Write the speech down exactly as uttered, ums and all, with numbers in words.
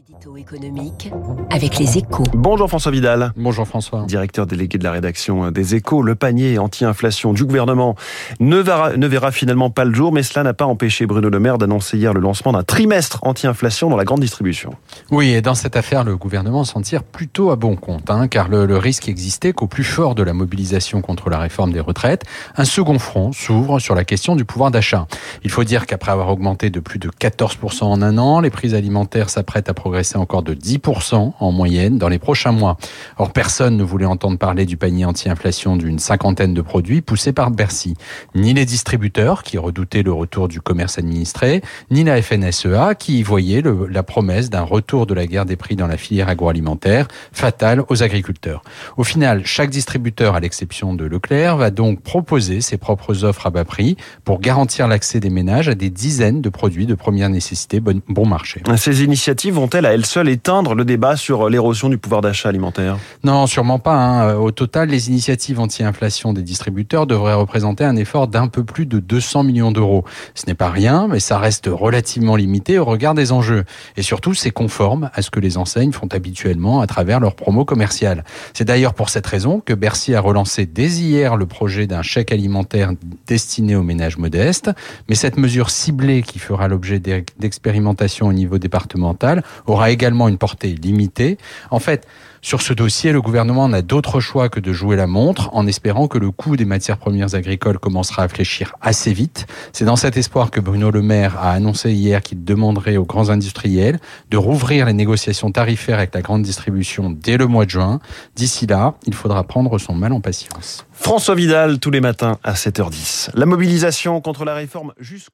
L'édito économique avec les Échos. Bonjour François Vidal. Bonjour François. Directeur délégué de la rédaction des Échos. Le panier anti-inflation du gouvernement ne verra, ne verra finalement pas le jour, mais cela n'a pas empêché Bruno Le Maire d'annoncer hier le lancement d'un trimestre anti-inflation dans la grande distribution. Oui, et dans cette affaire, le gouvernement s'en tire plutôt à bon compte, hein, car le, le risque existait qu'au plus fort de la mobilisation contre la réforme des retraites, un second front s'ouvre sur la question du pouvoir d'achat. Il faut dire qu'après avoir augmenté de plus de quatorze pour cent en un an, les prix alimentaires s'apprêtent à progresser encore de dix pour cent en moyenne dans les prochains mois. Or, personne ne voulait entendre parler du panier anti-inflation d'une cinquantaine de produits poussés par Bercy. Ni les distributeurs, qui redoutaient le retour du commerce administré, ni la F N S E A, qui y voyait le, la promesse d'un retour de la guerre des prix dans la filière agroalimentaire, fatale aux agriculteurs. Au final, chaque distributeur, à l'exception de Leclerc, va donc proposer ses propres offres à bas prix pour garantir l'accès des ménages à des dizaines de produits de première nécessité bon, bon marché. Ces initiatives vont-elles à elles seules éteindre le débat sur l'érosion du pouvoir d'achat alimentaire ? Non, sûrement pas. Hein. Au total, les initiatives anti-inflation des distributeurs devraient représenter un effort d'un peu plus de deux cents millions d'euros. Ce n'est pas rien, mais ça reste relativement limité au regard des enjeux. Et surtout, c'est conforme à ce que les enseignes font habituellement à travers leurs promos commerciales. C'est d'ailleurs pour cette raison que Bercy a relancé dès hier le projet d'un chèque alimentaire destiné aux ménages modestes. Mais cette mesure ciblée qui fera l'objet d'expérimentation au niveau départemental aura également une portée limitée. En fait, sur ce dossier, le gouvernement n'a d'autre choix que de jouer la montre en espérant que le coût des matières premières agricoles commencera à fléchir assez vite. C'est dans cet espoir que Bruno Le Maire a annoncé hier qu'il demanderait aux grands industriels de rouvrir les négociations tarifaires avec la grande distribution dès le mois de juin. D'ici là, il faudra prendre son mal en patience. François Vidal, tous les matins à sept heures dix. La mobilisation contre la réforme jusqu'où ?